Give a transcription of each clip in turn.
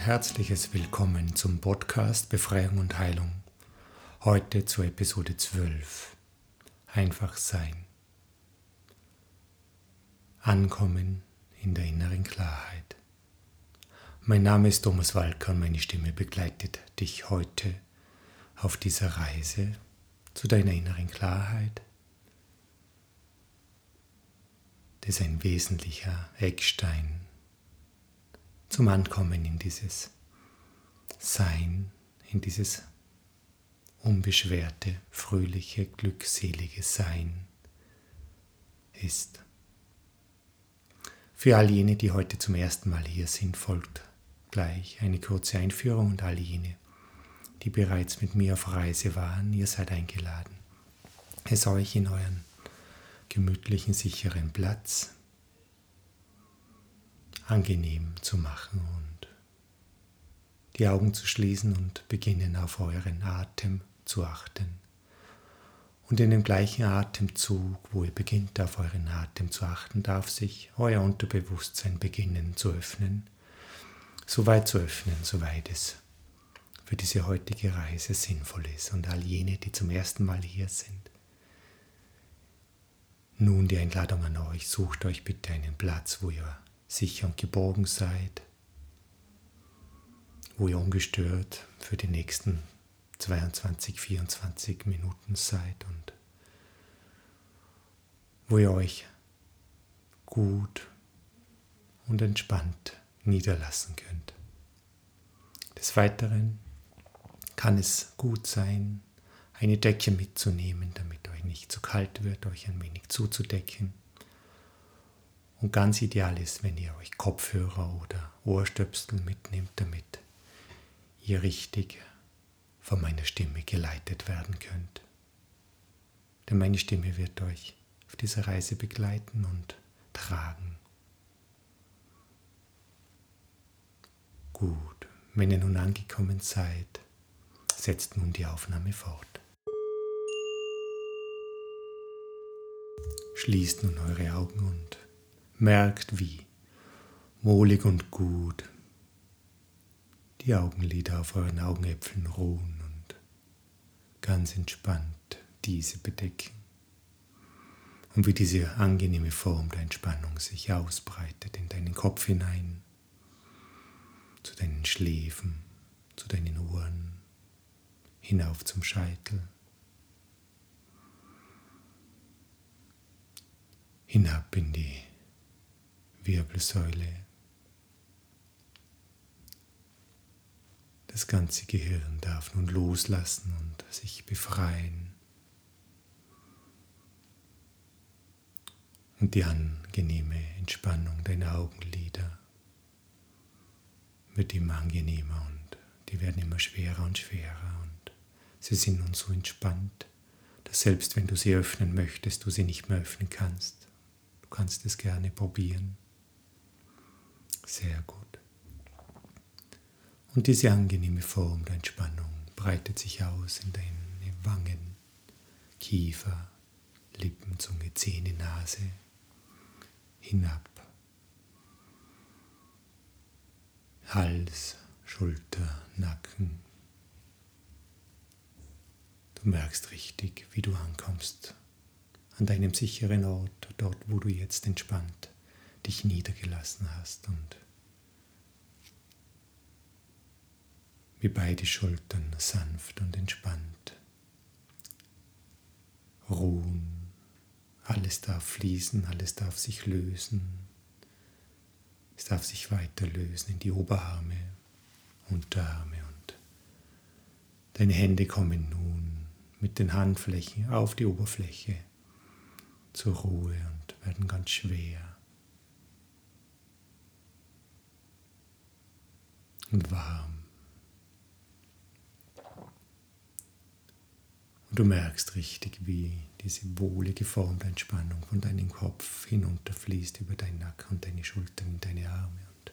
herzliches Willkommen zum Podcast Befreiung und Heilung. Heute zur Episode 12. Einfach sein. Ankommen in der inneren Klarheit. Mein Name ist Thomas Walker und meine Stimme begleitet dich heute auf dieser Reise zu deiner inneren Klarheit. Das ist ein wesentlicher Eckstein zum Ankommen in dieses Sein, in dieses unbeschwerte, fröhliche, glückselige Sein ist. Für all jene, die heute zum ersten Mal hier sind, folgt gleich eine kurze Einführung und all jene, die bereits mit mir auf Reise waren, ihr seid eingeladen, es euch in euren gemütlichen, sicheren Platz angenehm zu machen und die Augen zu schließen und beginnen auf euren Atem zu achten. Und in dem gleichen Atemzug, wo ihr beginnt auf euren Atem zu achten, darf sich euer Unterbewusstsein beginnen zu öffnen, so weit zu öffnen, soweit es für diese heutige Reise sinnvoll ist. Und all jene, die zum ersten Mal hier sind, nun die Einladung an euch, sucht euch bitte einen Platz, wo ihr sicher und geborgen seid, wo ihr ungestört für die nächsten 22, 24 Minuten seid und wo ihr euch gut und entspannt niederlassen könnt. Des Weiteren kann es gut sein, eine Decke mitzunehmen, damit euch nicht zu kalt wird, euch ein wenig zuzudecken. Und ganz ideal ist, wenn ihr euch Kopfhörer oder Ohrstöpsel mitnehmt, damit ihr richtig von meiner Stimme geleitet werden könnt. Denn meine Stimme wird euch auf dieser Reise begleiten und tragen. Gut, wenn ihr nun angekommen seid, setzt nun die Aufnahme fort. Schließt nun eure Augen und merkt, wie wohlig und gut die Augenlider auf euren Augenäpfeln ruhen und ganz entspannt diese bedecken. Und wie diese angenehme Form der Entspannung sich ausbreitet in deinen Kopf hinein, zu deinen Schläfen, zu deinen Ohren, hinauf zum Scheitel, hinab in die Wirbelsäule. Das ganze Gehirn darf nun loslassen und sich befreien. Und die angenehme Entspannung deiner Augenlider wird immer angenehmer und die werden immer schwerer und schwerer. Und sie sind nun so entspannt, dass selbst wenn du sie öffnen möchtest, du sie nicht mehr öffnen kannst. Du kannst es gerne probieren. Sehr gut. Und diese angenehme Form der Entspannung breitet sich aus in deine Wangen, Kiefer, Lippen, Zunge, Zähne, Nase, hinab, Hals, Schulter, Nacken. Du merkst richtig, wie du ankommst an deinem sicheren Ort, dort wo du jetzt entspannt dich niedergelassen hast und wie beide Schultern sanft und entspannt ruhen. Alles darf fließen, alles darf sich lösen. Es darf sich weiter lösen in die Oberarme, Unterarme und deine Hände kommen nun mit den Handflächen auf die Oberfläche zur Ruhe und werden ganz schwer und warm. Und du merkst richtig, wie diese wohlige Form der Entspannung von deinem Kopf hinunterfließt über deinen Nacken und deine Schultern in deine Arme und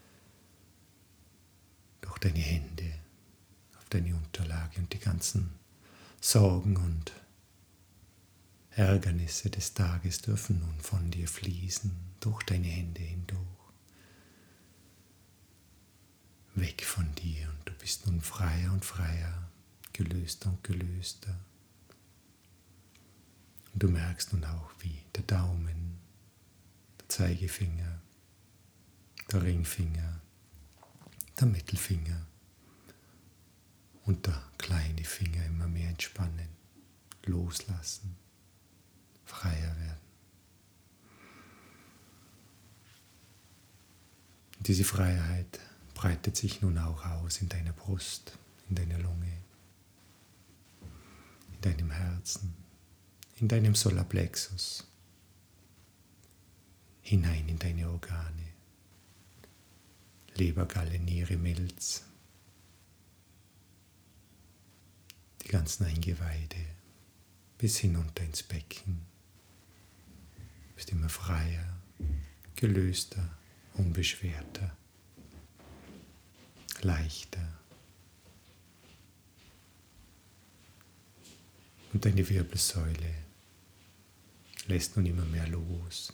durch deine Hände auf deine Unterlage und die ganzen Sorgen und Ärgernisse des Tages dürfen nun von dir fließen, durch deine Hände hindurch. weg von dir und du bist nun freier und freier, gelöster und gelöster. Und du merkst nun auch, wie der Daumen, der Zeigefinger, der Ringfinger, der Mittelfinger und der kleine Finger immer mehr entspannen, loslassen, freier werden. Und diese Freiheit breitet sich nun auch aus in deiner Brust, in deiner Lunge, in deinem Herzen, in deinem Solarplexus, hinein in deine Organe, Leber, Galle, Niere, Milz, die ganzen Eingeweide bis hinunter ins Becken. Du bist immer freier, gelöster, unbeschwerter, leichter. Und deine Wirbelsäule lässt nun immer mehr los.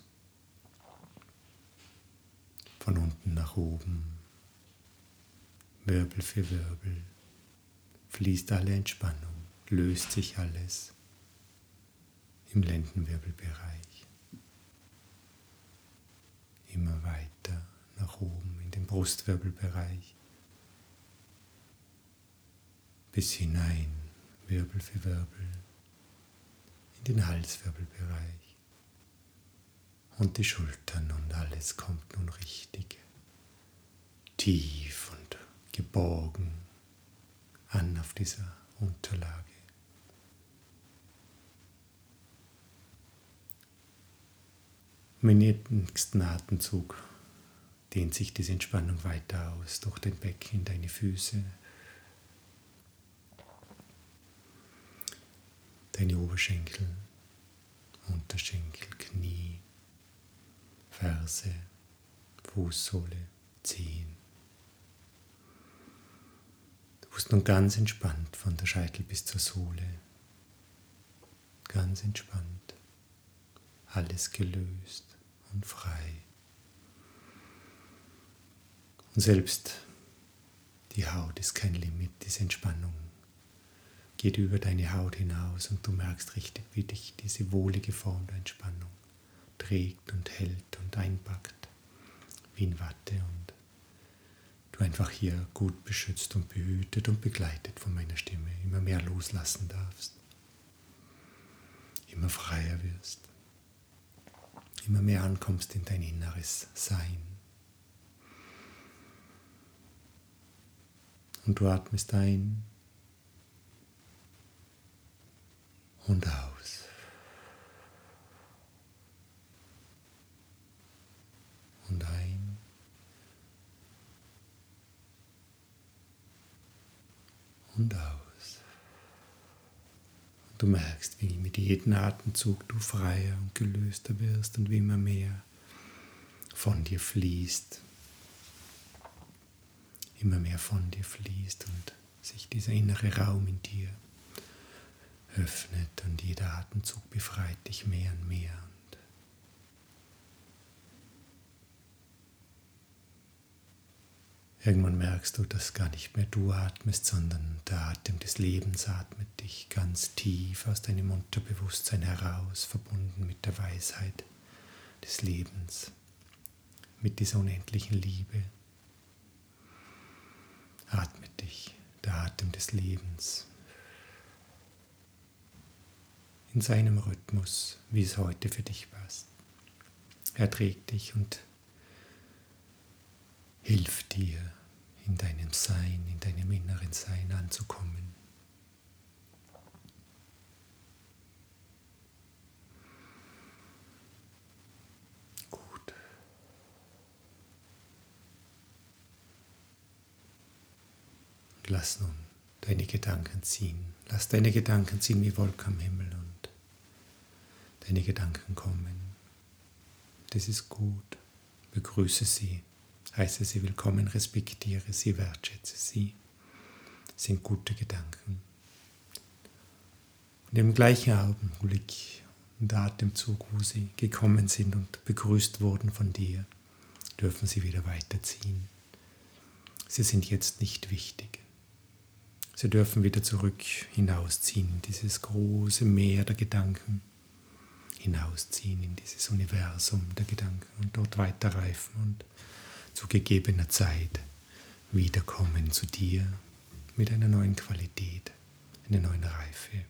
Von unten nach oben, Wirbel für Wirbel, fließt alle Entspannung, löst sich alles im Lendenwirbelbereich. Immer weiter nach oben in den Brustwirbelbereich, bis hinein, Wirbel für Wirbel, in den Halswirbelbereich. Und die Schultern und alles kommt nun richtig tief und geborgen an auf dieser Unterlage. Im nächsten Atemzug dehnt sich diese Entspannung weiter aus, durch den Becken in deine Füße, deine Oberschenkel, Unterschenkel, Knie, Ferse, Fußsohle, Zehen. Du bist nun ganz entspannt von der Scheitel bis zur Sohle. Ganz entspannt. Alles gelöst und frei. Und selbst die Haut ist kein Limit, diese Entspannung geht über deine Haut hinaus und du merkst richtig, wie dich diese wohlige Form der Entspannung trägt und hält und einpackt wie in Watte und du einfach hier gut beschützt und behütet und begleitet von meiner Stimme immer mehr loslassen darfst, immer freier wirst, immer mehr ankommst in dein inneres Sein. Und du atmest ein und aus. Und ein und aus. Und du merkst, wie mit jedem Atemzug du freier und gelöster wirst und wie immer mehr von dir fließt. Immer mehr von dir fließt und sich dieser innere Raum in dir öffnet und jeder Atemzug befreit dich mehr und mehr. Irgendwann merkst du, dass gar nicht mehr du atmest, sondern der Atem des Lebens atmet dich ganz tief aus deinem Unterbewusstsein heraus, verbunden mit der Weisheit des Lebens, mit dieser unendlichen Liebe. Atmet dich, der Atem des Lebens, in seinem Rhythmus, wie es heute für dich passt. Er trägt dich und hilft dir, in deinem Sein, in deinem inneren Sein anzukommen. Gut. Und lass nun deine Gedanken ziehen. Lass deine Gedanken ziehen wie Wolken am Himmel und deine Gedanken kommen. Das ist gut. Begrüße sie. Heiße sie willkommen, respektiere sie, wertschätze sie. Das sind gute Gedanken. Und im gleichen Augenblick und Atemzug, wo sie gekommen sind und begrüßt wurden von dir, dürfen sie wieder weiterziehen. Sie sind jetzt nicht wichtig. Sie dürfen wieder zurück hinausziehen in dieses große Meer der Gedanken, hinausziehen in dieses Universum der Gedanken und dort weiterreifen und zu gegebener Zeit wiederkommen zu dir mit einer neuen Qualität, einer neuen Reife.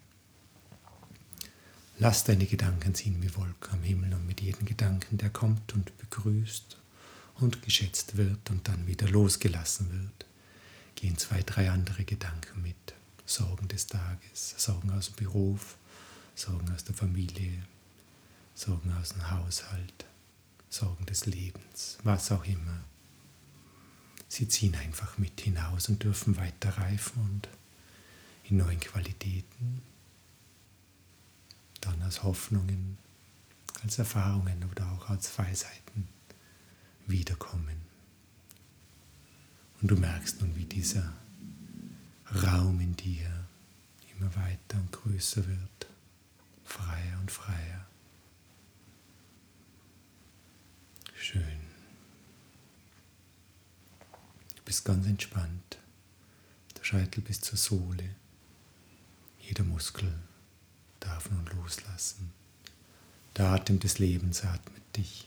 Lass deine Gedanken ziehen wie Wolken am Himmel und mit jedem Gedanken, der kommt und begrüßt und geschätzt wird und dann wieder losgelassen wird, gehen 2, 3 andere Gedanken mit. Sorgen des Tages, Sorgen aus dem Beruf, Sorgen aus der Familie, Sorgen aus dem Haushalt, Sorgen des Lebens, was auch immer. Sie ziehen einfach mit hinaus und dürfen weiter reifen und in neuen Qualitäten, dann als Hoffnungen, als Erfahrungen oder auch als Weisheiten wiederkommen. Und du merkst nun, wie dieser Raum in dir immer weiter und größer wird, freier und freier. Schön. Du bist ganz entspannt, der Scheitel bis zur Sohle, jeder Muskel darf nun loslassen. Der Atem des Lebens atmet dich.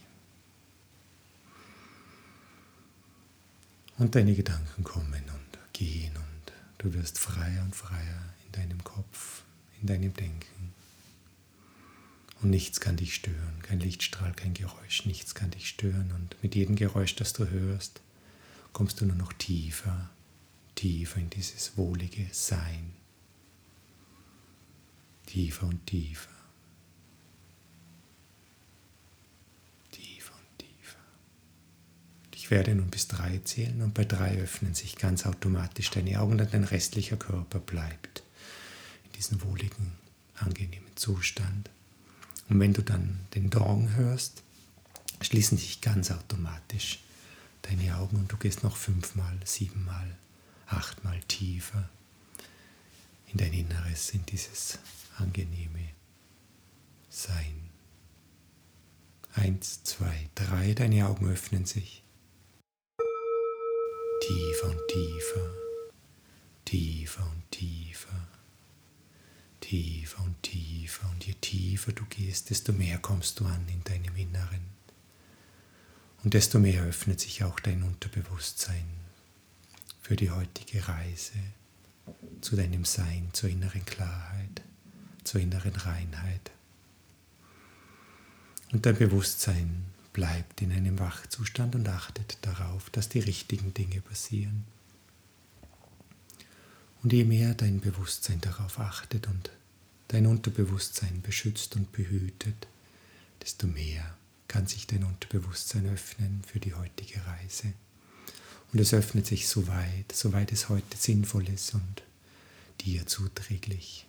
Und deine Gedanken kommen und gehen und du wirst freier und freier in deinem Kopf, in deinem Denken. Und nichts kann dich stören, kein Lichtstrahl, kein Geräusch, nichts kann dich stören. Und mit jedem Geräusch, das du hörst, kommst du nur noch tiefer, tiefer in dieses wohlige Sein. Tiefer und tiefer. Tiefer und tiefer. Ich werde nun bis 3 zählen und bei 3 öffnen sich ganz automatisch deine Augen und dein restlicher Körper bleibt in diesem wohligen, angenehmen Zustand. Und wenn du dann den Dong hörst, schließen sich ganz automatisch deine Augen und du gehst noch 5-mal, 7-mal, 8-mal tiefer in dein Inneres, in dieses angenehme Sein. 1, 2, 3, deine Augen öffnen sich. Tiefer und tiefer, tiefer und tiefer, tiefer und tiefer. Und je tiefer du gehst, desto mehr kommst du an in deinem Inneren. Und desto mehr öffnet sich auch dein Unterbewusstsein für die heutige Reise zu deinem Sein, zur inneren Klarheit, zur inneren Reinheit. Und dein Bewusstsein bleibt in einem Wachzustand und achtet darauf, dass die richtigen Dinge passieren. Und je mehr dein Bewusstsein darauf achtet und dein Unterbewusstsein beschützt und behütet, desto mehr kann sich dein Unterbewusstsein öffnen für die heutige Reise. Und es öffnet sich soweit es heute sinnvoll ist und dir zuträglich.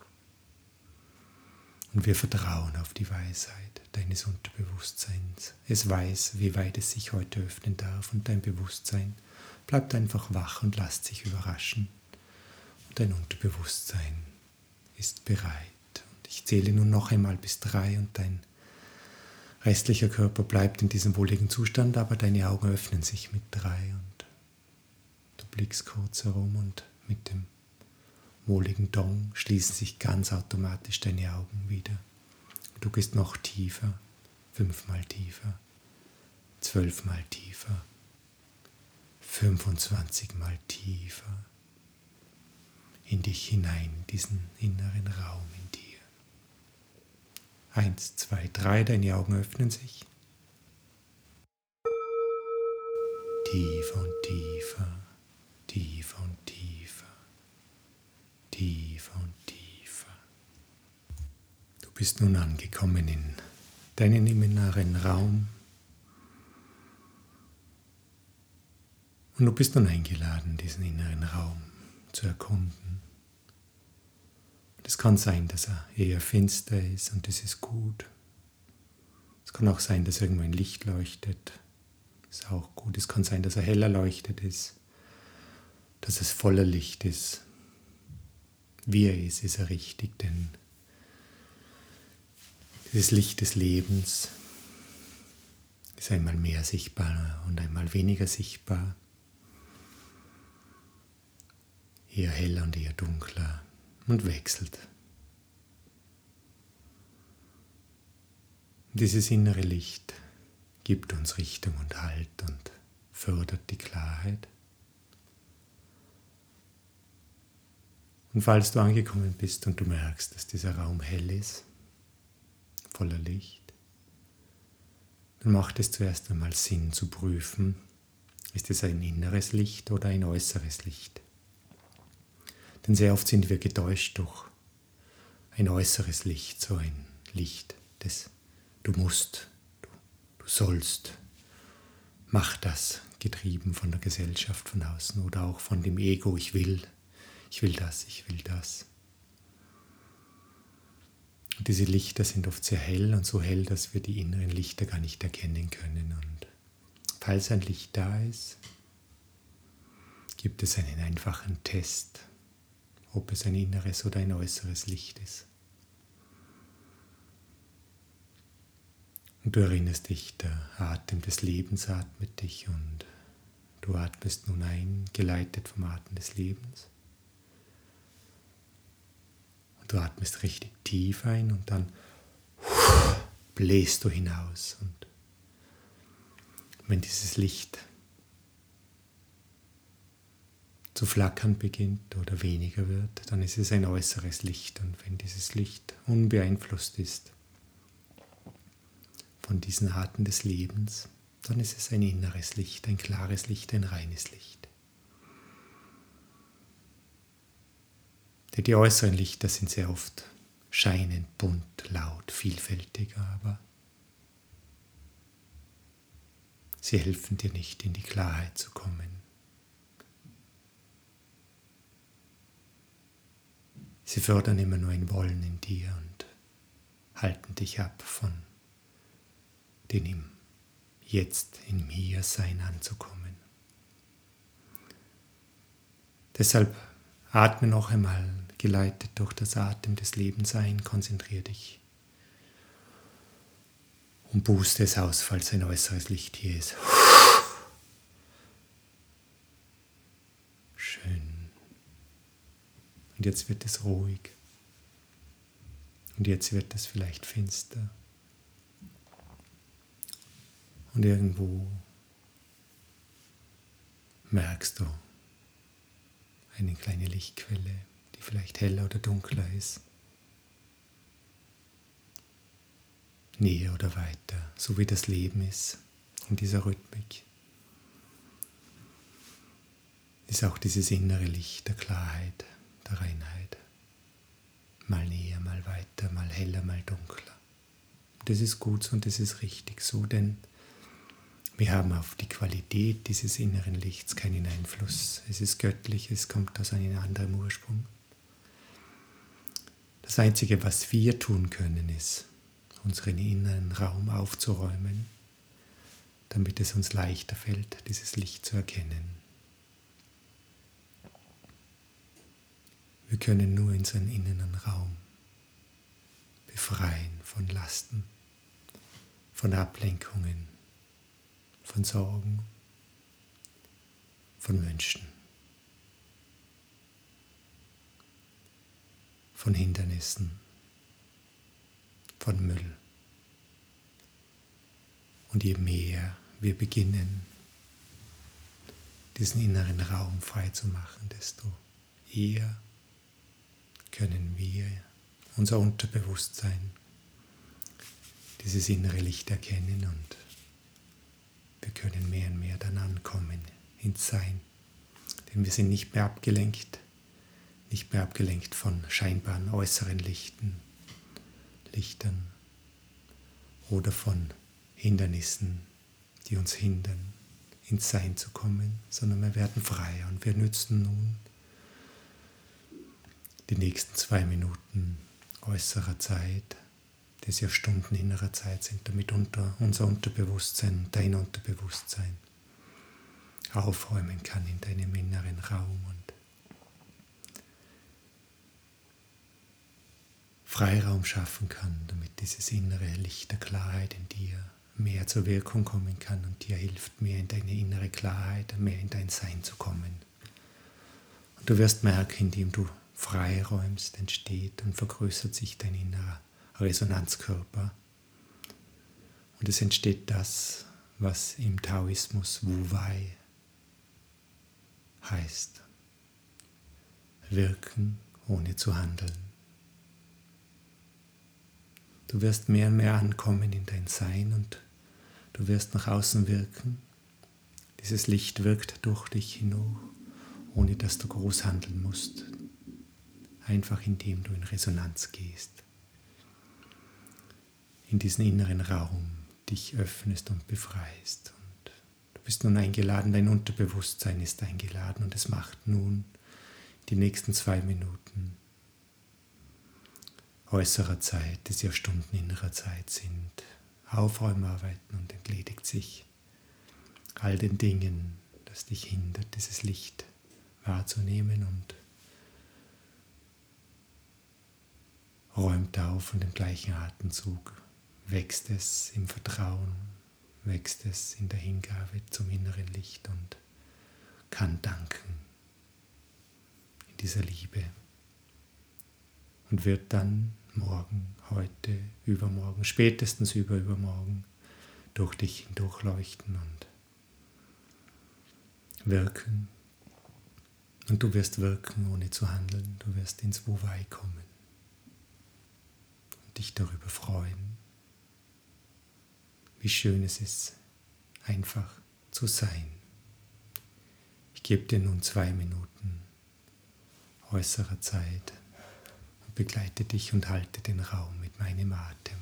Und wir vertrauen auf die Weisheit deines Unterbewusstseins. Es weiß, wie weit es sich heute öffnen darf und dein Bewusstsein bleibt einfach wach und lässt sich überraschen. Und dein Unterbewusstsein ist bereit. Und ich zähle nun noch einmal bis 3 und dein restlicher Körper bleibt in diesem wohligen Zustand, aber deine Augen öffnen sich mit 3 und du blickst kurz herum und mit dem wohligen Dong schließen sich ganz automatisch deine Augen wieder. Du gehst noch tiefer, 5-mal tiefer, 12-mal tiefer, 25-mal tiefer in dich hinein, in diesen inneren Raum in dir. 1, 2, 3, deine Augen öffnen sich. Tiefer und tiefer, tiefer und tiefer, tiefer und tiefer. Du bist nun angekommen in deinen inneren Raum und du bist nun eingeladen, diesen inneren Raum zu erkunden. Es kann sein, dass er eher finster ist und das ist gut. Es kann auch sein, dass irgendwo ein Licht leuchtet. Das ist auch gut. Es kann sein, dass er heller leuchtet ist, dass es voller Licht ist. Wie er ist er richtig, denn dieses Licht des Lebens ist einmal mehr sichtbar und einmal weniger sichtbar. eher heller und eher dunkler und wechselt. Dieses innere Licht gibt uns Richtung und Halt und fördert die Klarheit. Und falls du angekommen bist und du merkst, dass dieser Raum hell ist, voller Licht, dann macht es zuerst einmal Sinn zu prüfen, ist es ein inneres Licht oder ein äußeres Licht? Denn sehr oft sind wir getäuscht durch ein äußeres Licht, so ein Licht, das du musst, du sollst, mach das, getrieben von der Gesellschaft von außen oder auch von dem Ego, ich will das, ich will das. Und diese Lichter sind oft sehr hell und so hell, dass wir die inneren Lichter gar nicht erkennen können. Und falls ein Licht da ist, gibt es einen einfachen Test, ob es ein inneres oder ein äußeres Licht ist. Und du erinnerst dich, der Atem des Lebens atmet dich und du atmest nun ein, geleitet vom Atem des Lebens. Und du atmest richtig tief ein und dann bläst du hinaus. Und wenn dieses Licht zu flackern beginnt oder weniger wird, dann ist es ein äußeres Licht. Und wenn dieses Licht unbeeinflusst ist von diesen Arten des Lebens, dann ist es ein inneres Licht, ein klares Licht, ein reines Licht. Denn die äußeren Lichter sind sehr oft scheinend, bunt, laut, vielfältiger, aber sie helfen dir nicht, in die Klarheit zu kommen. Sie fördern immer nur ein Wollen in dir und halten dich ab von den im Jetzt, im Hier-Sein anzukommen. Deshalb atme noch einmal, geleitet durch das Atem des Lebens ein, konzentriere dich und puste es aus, falls ein äußeres Licht hier ist. Schön. Und jetzt wird es ruhig. Und jetzt wird es vielleicht finster. Und irgendwo merkst du eine kleine Lichtquelle, die vielleicht heller oder dunkler ist. Näher oder weiter, so wie das Leben ist, in dieser Rhythmik. Ist auch dieses innere Licht der Klarheit, der Reinheit. Mal näher, mal weiter, mal heller, mal dunkler. Und das ist gut so und das ist richtig so, denn wir haben auf die Qualität dieses inneren Lichts keinen Einfluss. Es ist göttlich, es kommt aus einem anderen Ursprung. Das Einzige, was wir tun können, ist, unseren inneren Raum aufzuräumen, damit es uns leichter fällt, dieses Licht zu erkennen. Wir können nur unseren inneren Raum befreien von Lasten, von Ablenkungen, von Sorgen, von Wünschen, von Hindernissen, von Müll. Und je mehr wir beginnen, diesen inneren Raum frei zu machen, desto eher können wir unser Unterbewusstsein, dieses innere Licht erkennen und wir können mehr und mehr dann ankommen ins Sein. Denn wir sind nicht mehr abgelenkt von scheinbaren äußeren Lichtern oder von Hindernissen, die uns hindern, ins Sein zu kommen, sondern wir werden freier und wir nützen nun die nächsten 2 Minuten äußerer Zeit, das ja Stunden innerer Zeit sind, damit unser Unterbewusstsein, dein Unterbewusstsein aufräumen kann in deinem inneren Raum und Freiraum schaffen kann, damit dieses innere Licht der Klarheit in dir mehr zur Wirkung kommen kann und dir hilft, mehr in deine innere Klarheit, mehr in dein Sein zu kommen. Und du wirst merken, indem du freiräumst, entsteht und vergrößert sich dein innerer Resonanzkörper. Und es entsteht das, was im Taoismus Wu Wei heißt. Wirken ohne zu handeln. Du wirst mehr und mehr ankommen in dein Sein und du wirst nach außen wirken. Dieses Licht wirkt durch dich hindurch, ohne dass du groß handeln musst. Einfach indem du in Resonanz gehst. In diesen inneren Raum dich öffnest und befreist. Und du bist nun eingeladen, dein Unterbewusstsein ist eingeladen und es macht nun die nächsten 2 Minuten äußerer Zeit, das ja Stunden innerer Zeit sind, Aufräumarbeiten und entledigt sich all den Dingen, das dich hindert, dieses Licht wahrzunehmen und räumt auf und im gleichen Atemzug wächst es im Vertrauen, wächst es in der Hingabe zum inneren Licht und kann danken in dieser Liebe und wird dann morgen, heute, übermorgen, spätestens übermorgen durch dich hindurchleuchten und wirken. Und du wirst wirken, ohne zu handeln. Du wirst ins Wu Wei kommen und dich darüber freuen, wie schön es ist, einfach zu sein. Ich gebe dir nun 2 Minuten äußerer Zeit und begleite dich und halte den Raum mit meinem Atem.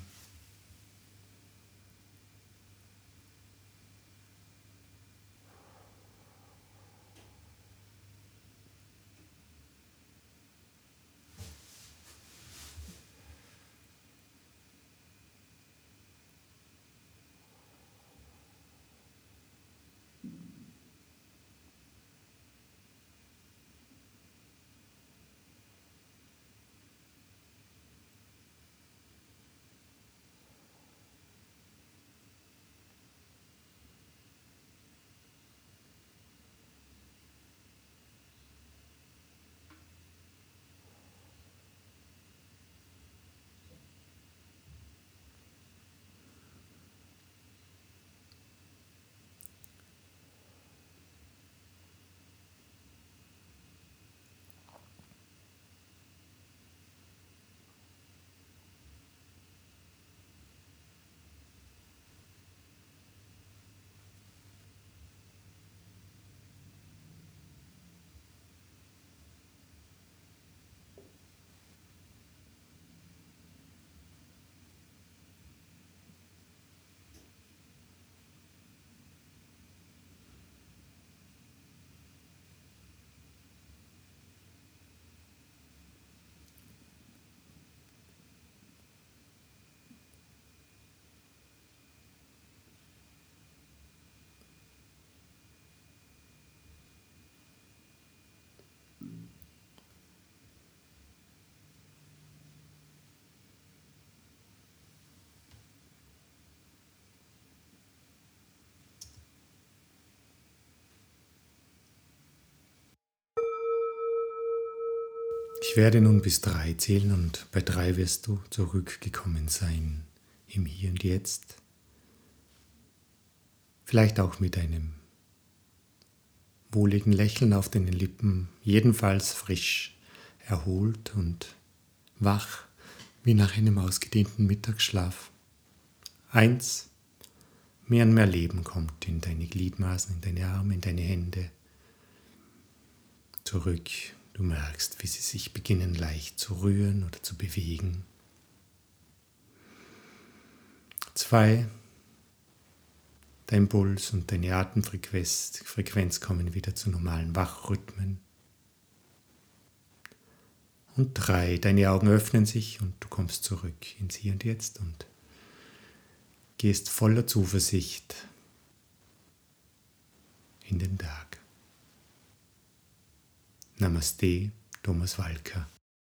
Ich werde nun bis 3 zählen und bei 3 wirst du zurückgekommen sein im Hier und Jetzt. Vielleicht auch mit einem wohligen Lächeln auf den Lippen, jedenfalls frisch, erholt und wach wie nach einem ausgedehnten Mittagsschlaf. 1, mehr und mehr Leben kommt in deine Gliedmaßen, in deine Arme, in deine Hände. Zurück. Du merkst, wie sie sich beginnen leicht zu rühren oder zu bewegen. 2, dein Puls und deine Atemfrequenz kommen wieder zu normalen Wachrhythmen. Und 3, deine Augen öffnen sich und du kommst zurück ins Hier und Jetzt und gehst voller Zuversicht in den Tag. Namaste, Thomas Walker.